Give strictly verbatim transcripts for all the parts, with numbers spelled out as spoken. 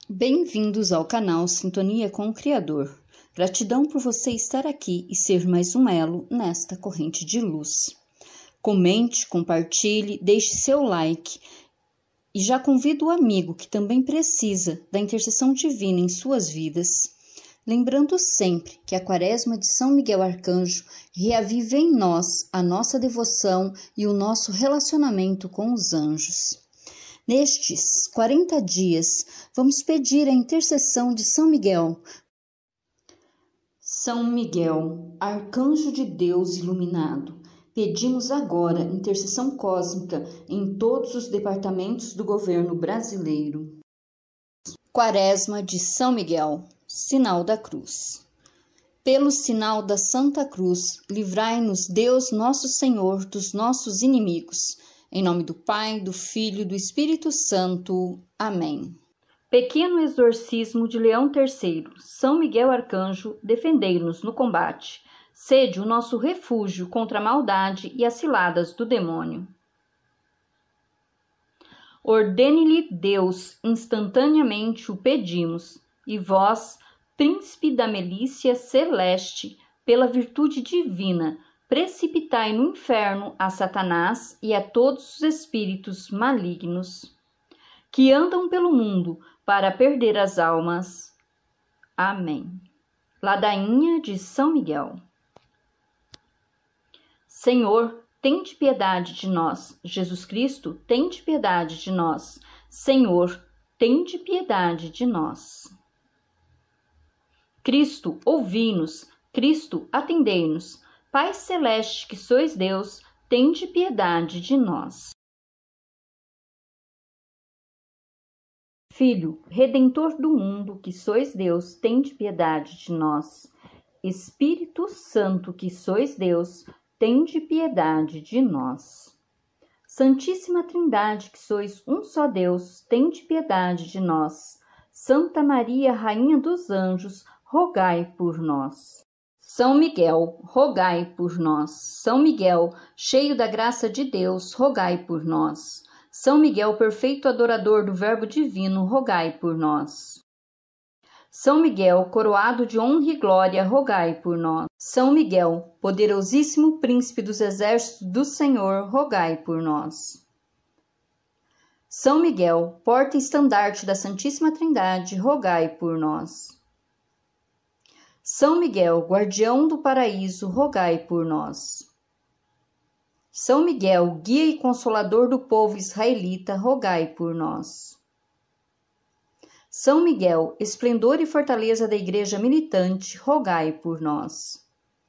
Bem-vindos ao canal Sintonia com o Criador. Gratidão por você estar aqui e ser mais um elo nesta corrente de luz. Comente, compartilhe, deixe seu like e já convido o amigo que também precisa da intercessão divina em suas vidas. Lembrando sempre que a Quaresma de São Miguel Arcanjo reaviva em nós a nossa devoção e o nosso relacionamento com os anjos. Nestes quarenta dias, vamos pedir a intercessão de São Miguel. São Miguel, arcanjo de Deus iluminado, pedimos agora intercessão cósmica em todos os departamentos do governo brasileiro. Quaresma de São Miguel, sinal da cruz. Pelo sinal da Santa Cruz, livrai-nos Deus nosso Senhor dos nossos inimigos. Em nome do Pai, do Filho e do Espírito Santo. Amém. Pequeno exorcismo de Leão terceiro. São Miguel Arcanjo, defendei-nos no combate. Sede o nosso refúgio contra a maldade e as ciladas do demônio. Ordene-lhe Deus, instantaneamente o pedimos, e vós, príncipe da milícia celeste, pela virtude divina, precipitai no inferno a Satanás e a todos os espíritos malignos que andam pelo mundo para perder as almas. Amém. Ladainha de São Miguel. Senhor, tende piedade de nós. Jesus Cristo, tende piedade de nós. Senhor, tende piedade de nós. Cristo, ouvi-nos. Cristo, atendei-nos. Pai celeste que sois Deus, tende piedade de nós. Filho, Redentor do mundo que sois Deus, tende piedade de nós. Espírito Santo que sois Deus, tende piedade de nós. Santíssima Trindade que sois um só Deus, tende piedade de nós. Santa Maria, Rainha dos Anjos, rogai por nós. São Miguel, rogai por nós. São Miguel, cheio da graça de Deus, rogai por nós. São Miguel, perfeito adorador do Verbo divino, rogai por nós. São Miguel, coroado de honra e glória, rogai por nós. São Miguel, poderosíssimo príncipe dos exércitos do Senhor, rogai por nós. São Miguel, porta e estandarte da Santíssima Trindade, rogai por nós. São Miguel, guardião do paraíso, rogai por nós. São Miguel, guia e consolador do povo israelita, rogai por nós. São Miguel, esplendor e fortaleza da Igreja militante, rogai por nós.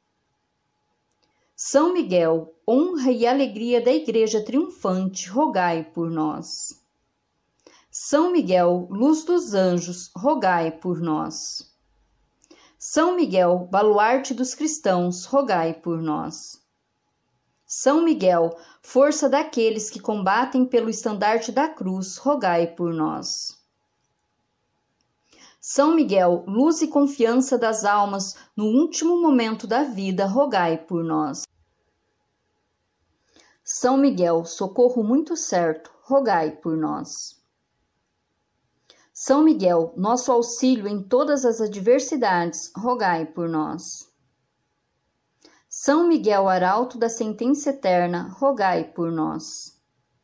São Miguel, honra e alegria da Igreja triunfante, rogai por nós. São Miguel, luz dos anjos, rogai por nós. São Miguel, baluarte dos cristãos, rogai por nós. São Miguel, força daqueles que combatem pelo estandarte da cruz, rogai por nós. São Miguel, luz e confiança das almas no último momento da vida, rogai por nós. São Miguel, socorro muito certo, rogai por nós. São Miguel, nosso auxílio em todas as adversidades, rogai por nós. São Miguel, arauto da sentença eterna, rogai por nós.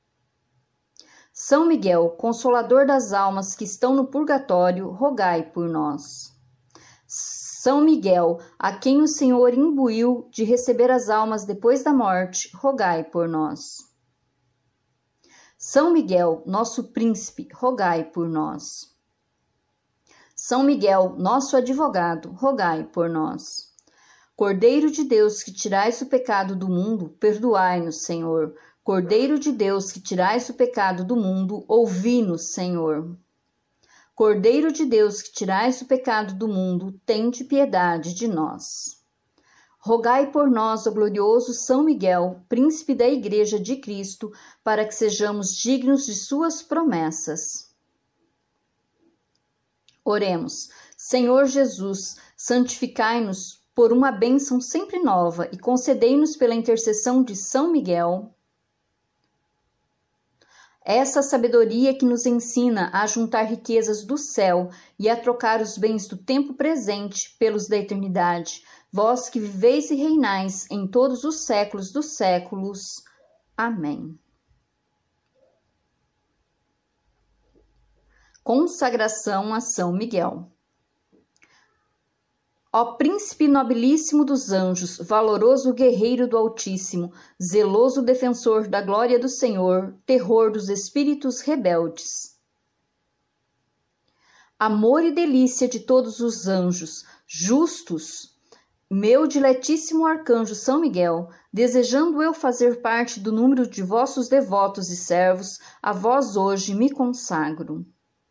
São Miguel, consolador das almas que estão no purgatório, rogai por nós. São Miguel, a quem o Senhor imbuiu de receber as almas depois da morte, rogai por nós. São Miguel, nosso príncipe, rogai por nós. São Miguel, nosso advogado, rogai por nós. Cordeiro de Deus, que tirais o pecado do mundo, perdoai-nos, Senhor. Cordeiro de Deus, que tirais o pecado do mundo, ouvi-nos, Senhor. Cordeiro de Deus, que tirais o pecado do mundo, tende piedade de nós. Rogai por nós, ó glorioso São Miguel, príncipe da Igreja de Cristo, para que sejamos dignos de suas promessas. Oremos. Senhor Jesus, santificai-nos por uma bênção sempre nova e concedei-nos pela intercessão de São Miguel Essa sabedoria que nos ensina a juntar riquezas do céu e a trocar os bens do tempo presente pelos da eternidade, vós que viveis e reinais em todos os séculos dos séculos. Amém. Consagração a São Miguel. Ó príncipe nobilíssimo dos anjos, valoroso guerreiro do Altíssimo, zeloso defensor da glória do Senhor, terror dos espíritos rebeldes. Amor e delícia de todos os anjos, justos, meu diletíssimo arcanjo São Miguel, desejando eu fazer parte do número de vossos devotos e servos, a vós hoje me consagro.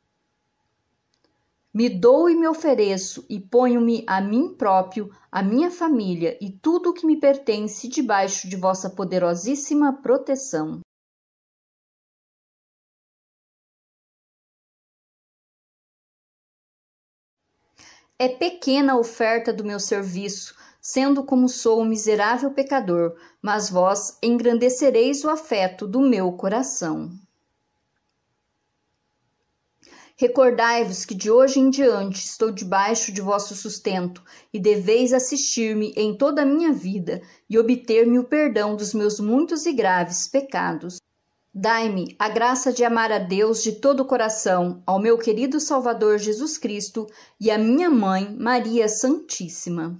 Me dou e me ofereço e ponho-me a mim próprio, a minha família e tudo o que me pertence debaixo de vossa poderosíssima proteção. É pequena a oferta do meu serviço, sendo como sou um miserável pecador, mas vós engrandecereis o afeto do meu coração. Recordai-vos que de hoje em diante estou debaixo de vosso sustento e deveis assistir-me em toda a minha vida e obter-me o perdão dos meus muitos e graves pecados. Dai-me a graça de amar a Deus de todo o coração, ao meu querido Salvador Jesus Cristo e à minha mãe, Maria Santíssima.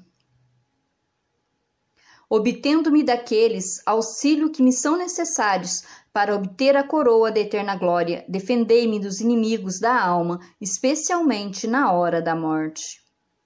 Obtendo-me daqueles auxílio que me são necessários para obter a coroa da eterna glória, defendei-me dos inimigos da alma, especialmente na hora da morte.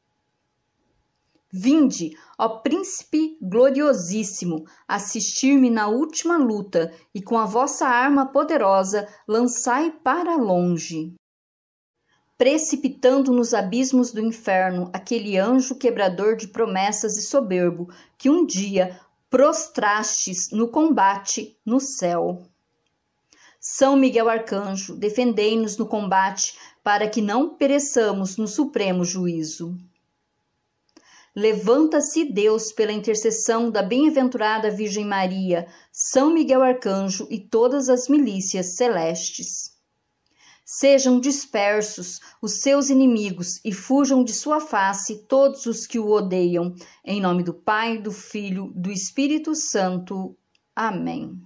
Vinde, ó príncipe gloriosíssimo, assistir-me na última luta, e com a vossa arma poderosa lançai para longe, precipitando nos abismos do inferno aquele anjo quebrador de promessas e soberbo, que um dia prostrastes no combate no céu. São Miguel Arcanjo, defendei-nos no combate, para que não pereçamos no supremo juízo. Levanta-se Deus pela intercessão da bem-aventurada Virgem Maria, São Miguel Arcanjo e todas as milícias celestes. Sejam dispersos os seus inimigos e fujam de sua face todos os que o odeiam. Em nome do Pai, do Filho, do Espírito Santo. Amém.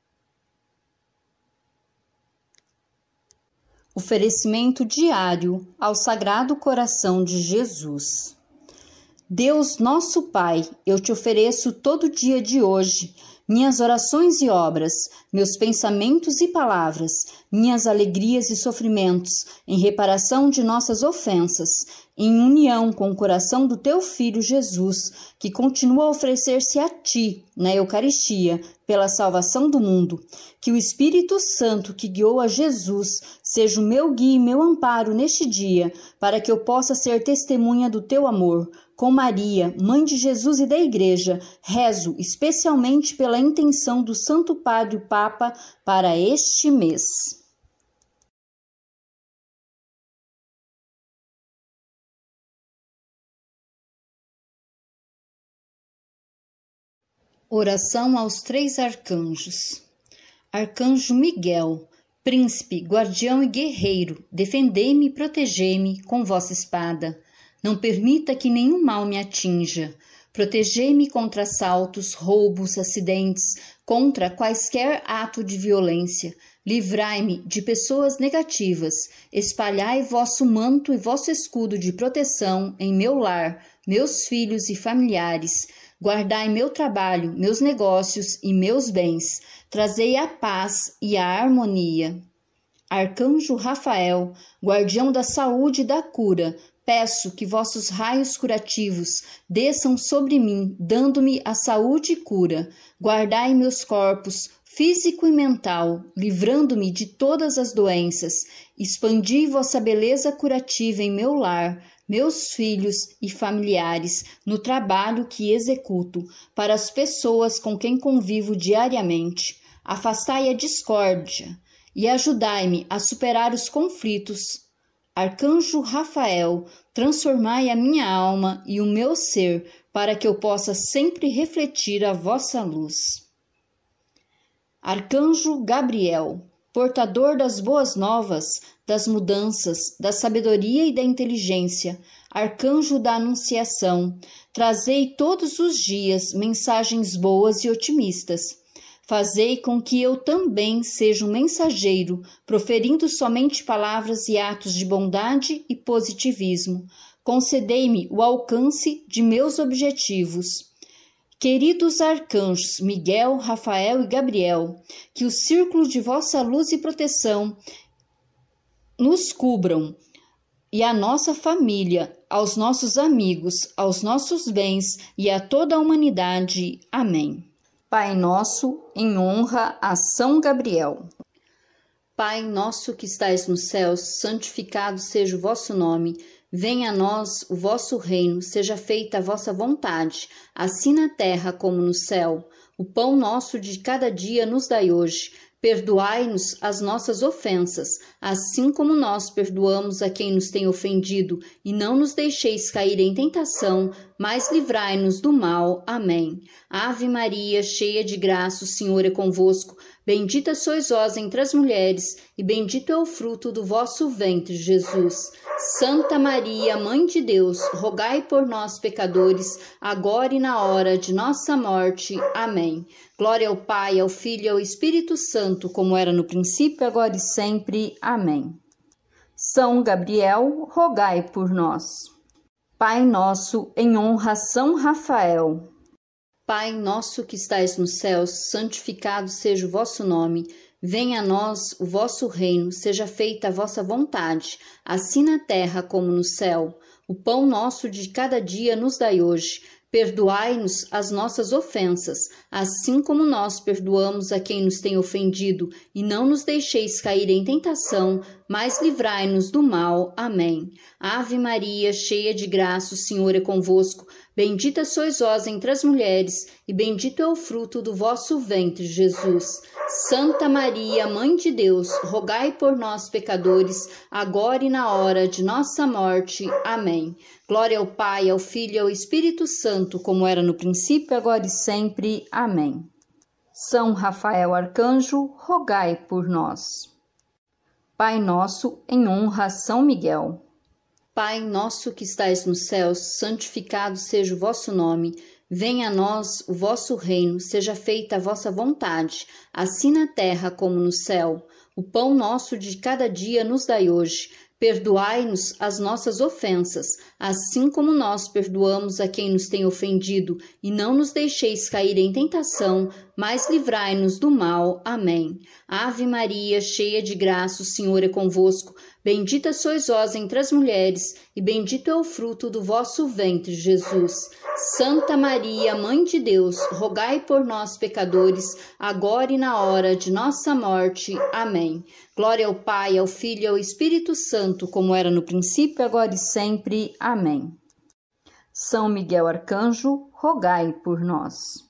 Oferecimento diário ao Sagrado Coração de Jesus. Deus nosso Pai, eu te ofereço todo o dia de hoje minhas orações e obras, meus pensamentos e palavras, minhas alegrias e sofrimentos, em reparação de nossas ofensas, em união com o coração do teu Filho Jesus, que continua a oferecer-se a ti, na Eucaristia, pela salvação do mundo. Que o Espírito Santo que guiou a Jesus seja o meu guia e meu amparo neste dia, para que eu possa ser testemunha do teu amor. Com Maria, Mãe de Jesus e da Igreja, rezo especialmente pela intenção do Santo Padre o Papa para este mês. Oração aos três arcanjos. Arcanjo Miguel, príncipe, guardião e guerreiro, defendei-me e protegei-me com vossa espada. Não permita que nenhum mal me atinja. Protegei-me contra assaltos, roubos, acidentes, contra quaisquer ato de violência. Livrai-me de pessoas negativas. Espalhai vosso manto e vosso escudo de proteção em meu lar, meus filhos e familiares. Guardai meu trabalho, meus negócios e meus bens. Trazei a paz e a harmonia. Arcanjo Rafael, guardião da saúde e da cura, peço que vossos raios curativos desçam sobre mim, dando-me a saúde e cura. Guardai meus corpos, físico e mental, livrando-me de todas as doenças. Expandi vossa beleza curativa em meu lar, meus filhos e familiares, no trabalho que executo, para as pessoas com quem convivo diariamente. Afastai a discórdia e ajudai-me a superar os conflitos. Arcanjo Rafael, transformai a minha alma e o meu ser, para que eu possa sempre refletir a vossa luz. Arcanjo Gabriel, portador das boas novas, das mudanças, da sabedoria e da inteligência, arcanjo da anunciação, trazei todos os dias mensagens boas e otimistas. Fazei com que eu também seja um mensageiro, proferindo somente palavras e atos de bondade e positivismo. Concedei-me o alcance de meus objetivos. Queridos arcanjos Miguel, Rafael e Gabriel, que o círculo de vossa luz e proteção nos cubram, e a nossa família, aos nossos amigos, aos nossos bens e a toda a humanidade. Amém. Pai nosso, em honra a São Gabriel. Pai nosso que estais nos céus, santificado seja o vosso nome. Venha a nós o vosso reino, seja feita a vossa vontade, assim na terra como no céu. O pão nosso de cada dia nos dai hoje. Perdoai-nos as nossas ofensas, assim como nós perdoamos a quem nos tem ofendido, e não nos deixeis cair em tentação, mas livrai-nos do mal. Amém. Ave Maria, cheia de graça, o Senhor é convosco. Bendita sois vós entre as mulheres, e bendito é o fruto do vosso ventre, Jesus. Santa Maria, Mãe de Deus, rogai por nós, pecadores, agora e na hora de nossa morte. Amém. Glória ao Pai, ao Filho e ao Espírito Santo, como era no princípio, agora e sempre. Amém. São Gabriel, rogai por nós. Pai nosso, em honra a São Rafael. Pai nosso que estais nos céus, santificado seja o vosso nome. Venha a nós o vosso reino, seja feita a vossa vontade, assim na terra como no céu. O pão nosso de cada dia nos dai hoje. Perdoai-nos as nossas ofensas, assim como nós perdoamos a quem nos tem ofendido, e não nos deixeis cair em tentação, mas livrai-nos do mal. Amém. Ave Maria, cheia de graça, o Senhor é convosco. Bendita sois vós entre as mulheres, e bendito é o fruto do vosso ventre, Jesus. Santa Maria, Mãe de Deus, rogai por nós, pecadores, agora e na hora de nossa morte. Amém. Glória ao Pai, ao Filho e ao Espírito Santo, como era no princípio, agora e sempre. Amém. São Rafael Arcanjo, rogai por nós. Pai nosso, em honra a São Miguel. Pai nosso que estais nos céus, santificado seja o vosso nome. Venha a nós o vosso reino, seja feita a vossa vontade, assim na terra como no céu. O pão nosso de cada dia nos dai hoje. Perdoai-nos as nossas ofensas, assim como nós perdoamos a quem nos tem ofendido, e não nos deixeis cair em tentação, mas livrai-nos do mal. Amém. Ave Maria, cheia de graça, o Senhor é convosco. Bendita sois vós entre as mulheres, e bendito é o fruto do vosso ventre, Jesus. Santa Maria, Mãe de Deus, rogai por nós, pecadores, agora e na hora de nossa morte. Amém. Glória ao Pai, ao Filho e ao Espírito Santo, como era no princípio, agora e sempre. Amém. São Miguel Arcanjo, rogai por nós.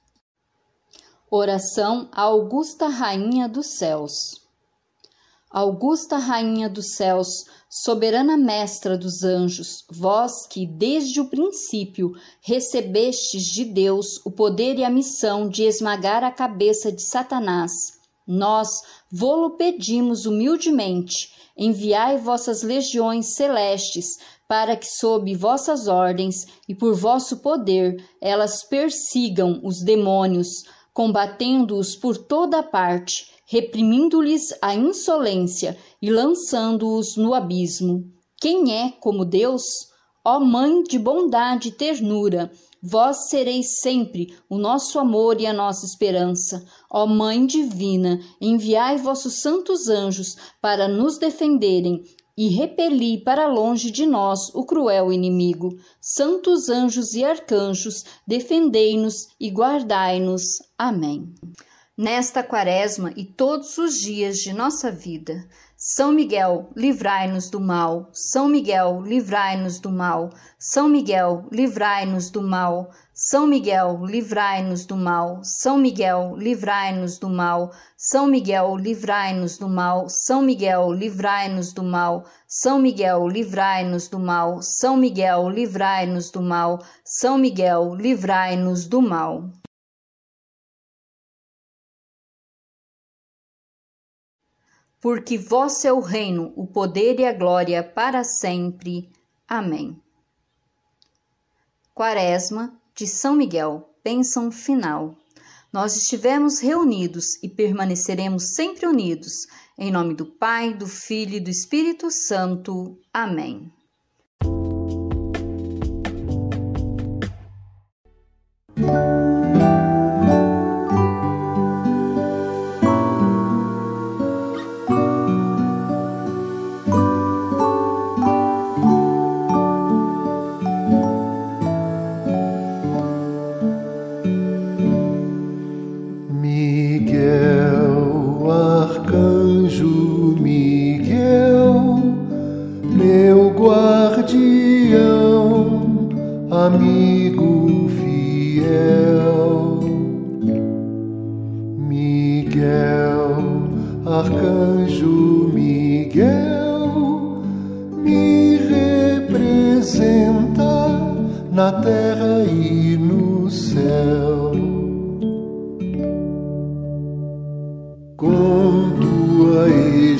Oração à Augusta Rainha dos Céus. Augusta Rainha dos Céus, soberana mestra dos anjos, vós que, desde o princípio, recebestes de Deus o poder e a missão de esmagar a cabeça de Satanás, nós vô-lo pedimos humildemente, enviai vossas legiões celestes, para que, sob vossas ordens e por vosso poder, elas persigam os demônios, combatendo-os por toda parte, reprimindo-lhes a insolência e lançando-os no abismo. Quem é como Deus? Ó Mãe de bondade e ternura, vós sereis sempre o nosso amor e a nossa esperança. Ó Mãe divina, enviai vossos santos anjos para nos defenderem e repeli para longe de nós o cruel inimigo. Santos anjos e arcanjos, defendei-nos e guardai-nos. Amém. Nesta quaresma e todos os dias de nossa vida, São Miguel, livrai-nos do mal. São Miguel, livrai-nos do mal. São Miguel, livrai-nos do mal. São Miguel, livrai-nos do mal. São Miguel, livrai-nos do mal. São Miguel, livrai-nos do mal. São Miguel, livrai-nos do mal. São Miguel, livrai-nos do mal. São Miguel, livrai-nos do mal. São Miguel, livrai-nos do mal. porque vosso é o reino, o poder e a glória para sempre. Amém. Quaresma de São Miguel, bênção final. Nós estivemos reunidos e permaneceremos sempre unidos. Em nome do Pai, do Filho e do Espírito Santo. Amém. Miguel, arcanjo Miguel, meu guardião, amigo fiel. Miguel, arcanjo Miguel, me representa na terra e no céu. Com tua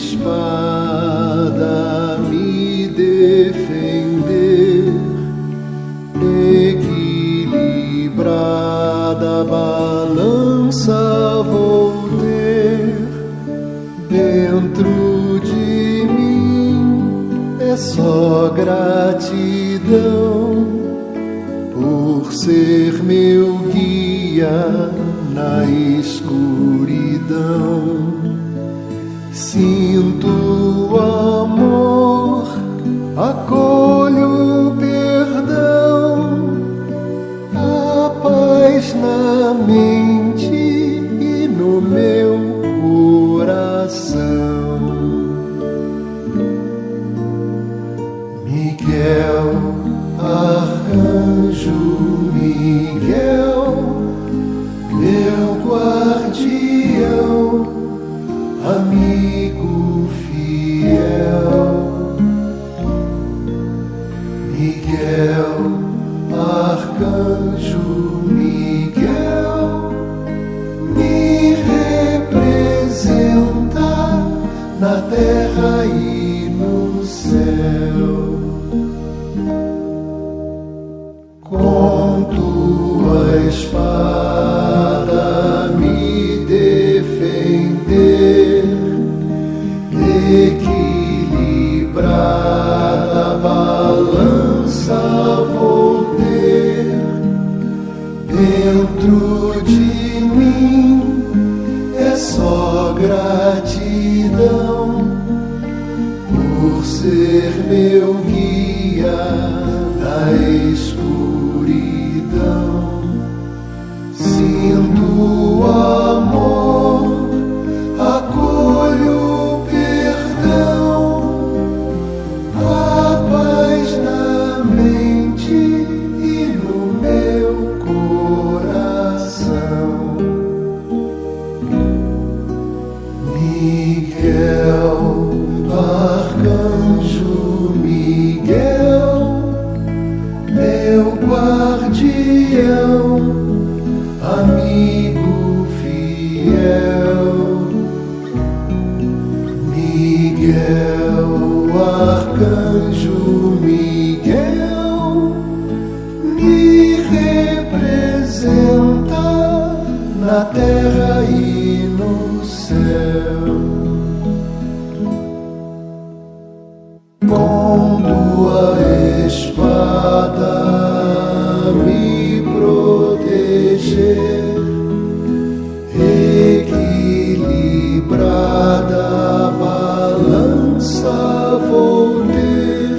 espada me defender, equilibrada balança vou ter. Dentro de mim é só gratidão por ser meu guia na escuridão. Sinto amor, acolho perdão, a paz na mente e no meu coração. Miguel, arcanjo Miguel, meu guardião, amigo fiel. Miguel, arcanjo Miguel, me representa na terra e no céu. Com tua espada me defender, equilibrada balança vou ter. Dentro de mim é só gratidão por ser meu guia na escuridão. Sinto amor, acolho perdão, a paz na mente e no meu coração. Miguel, arcanjo Miguel, meu guardião, amigo fiel. Miguel, arcanjo Miguel, me representa na terra e no céu. Com tua espada me proteger, equilibrada balança vou ter.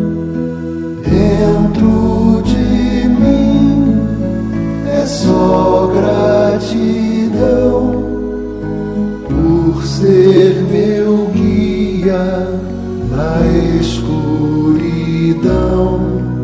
Dentro de mim é só gratidão por ser meu guia na escuridão.